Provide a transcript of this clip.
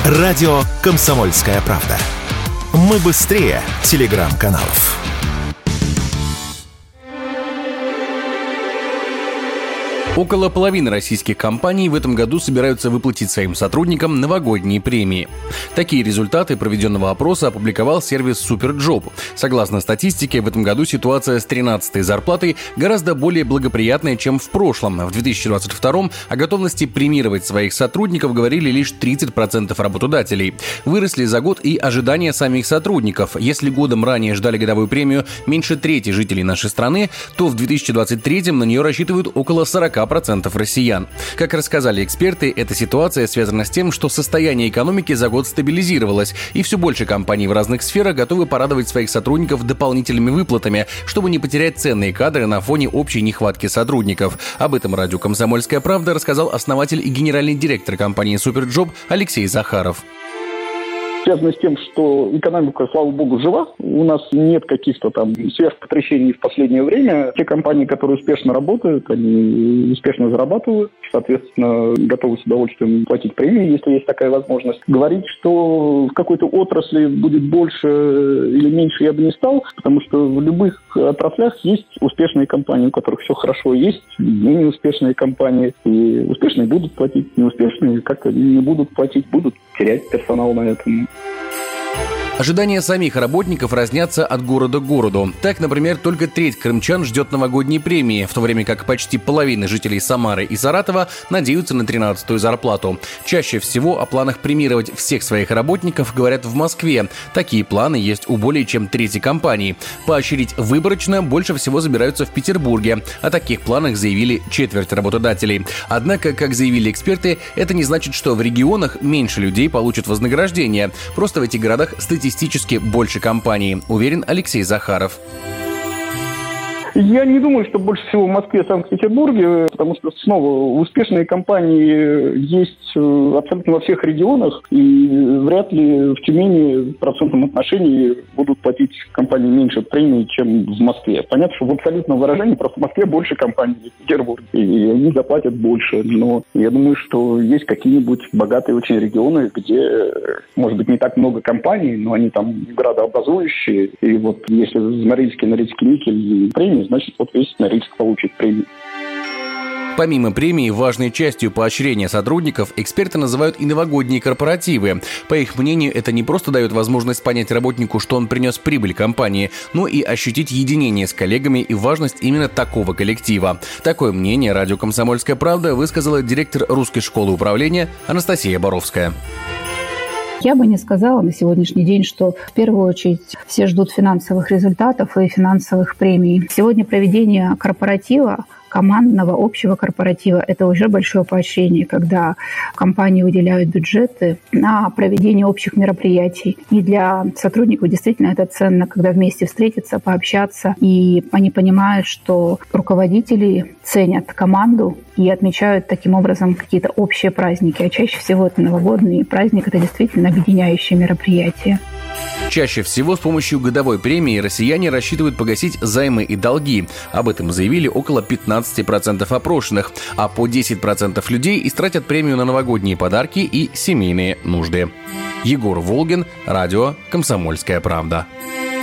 Радио «Комсомольская правда». Мы быстрее телеграм-каналов. Около половины российских компаний в этом году собираются выплатить своим сотрудникам новогодние премии. Такие результаты проведенного опроса опубликовал сервис Superjob. Согласно статистике, в этом году ситуация с 13-й зарплатой гораздо более благоприятная, чем в прошлом. В 2022 о готовности премировать своих сотрудников говорили лишь 30% работодателей. Выросли за год и ожидания самих сотрудников. Если годом ранее ждали годовую премию меньше трети жителей нашей страны, то в 2023 на нее рассчитывают около 40% россиян. Как рассказали эксперты, эта ситуация связана с тем, что состояние экономики за год стабилизировалось, и все больше компаний в разных сферах готовы порадовать своих сотрудников дополнительными выплатами, чтобы не потерять ценные кадры на фоне общей нехватки сотрудников. Об этом радио «Комсомольская правда» рассказал основатель и генеральный директор компании Superjob Алексей Захаров. Связано с тем, что экономика, слава богу, жива. У нас нет каких-то там сверхпотрясений в последнее время. Те компании, которые успешно работают, они успешно зарабатывают, соответственно, готовы с удовольствием платить премии, если есть такая возможность. Говорить, что в какой-то отрасли будет больше или меньше, я бы не стал, потому что в любых отраслях есть успешные компании, у которых все хорошо, есть менее успешные компании. И успешные будут платить, неуспешные, как они не будут платить, будут терять персонал на этом. Ожидания самих работников разнятся от города к городу. Так, например, только треть крымчан ждет новогодней премии, в то время как почти половина жителей Самары и Саратова надеются на 13-ю зарплату. Чаще всего о планах премировать всех своих работников говорят в Москве. Такие планы есть у более чем трети компаний. Поощрить выборочно больше всего забираются в Петербурге. О таких планах заявили четверть работодателей. Однако, как заявили эксперты, это не значит, что в регионах меньше людей получат вознаграждение. Просто в этих городах статистически больше компаний, уверен Алексей Захаров. Я не думаю, что больше всего в Москве и Санкт-Петербурге, потому что, снова, успешные компании есть абсолютно во всех регионах, и вряд ли в Тюмени в процентном отношении будут платить компании меньше премий, чем в Москве. Понятно, что в абсолютном выражении просто в Москве больше компаний, чем в Петербурге, и они заплатят больше. Но я думаю, что есть какие-нибудь богатые очень регионы, где, может быть, не так много компаний, но они там градообразующие, и вот если в Норильске никель премии, значит, вот весь Норильск получит премию. Помимо премии, важной частью поощрения сотрудников эксперты называют и новогодние корпоративы. По их мнению, это не просто дает возможность понять работнику, что он принес прибыль компании, но и ощутить единение с коллегами и важность именно такого коллектива. Такое мнение радио «Комсомольская правда» высказала директор Русской школы управления Анастасия Боровская. Я бы не сказала на сегодняшний день, что в первую очередь все ждут финансовых результатов и финансовых премий. Сегодня проведение корпоратива, командного, общего корпоратива – это уже большое поощрение, когда компании выделяют бюджеты на проведение общих мероприятий. И для сотрудников действительно это ценно, когда вместе встретиться, пообщаться, и они понимают, что руководители ценят команду и отмечают таким образом какие-то общие праздники. А чаще всего это новогодний праздник, это действительно объединяющее мероприятие. Чаще всего с помощью годовой премии россияне рассчитывают погасить займы и долги. Об этом заявили около 15% опрошенных, а по 10% людей истратят премию на новогодние подарки и семейные нужды. Егор Волгин, радио «Комсомольская правда».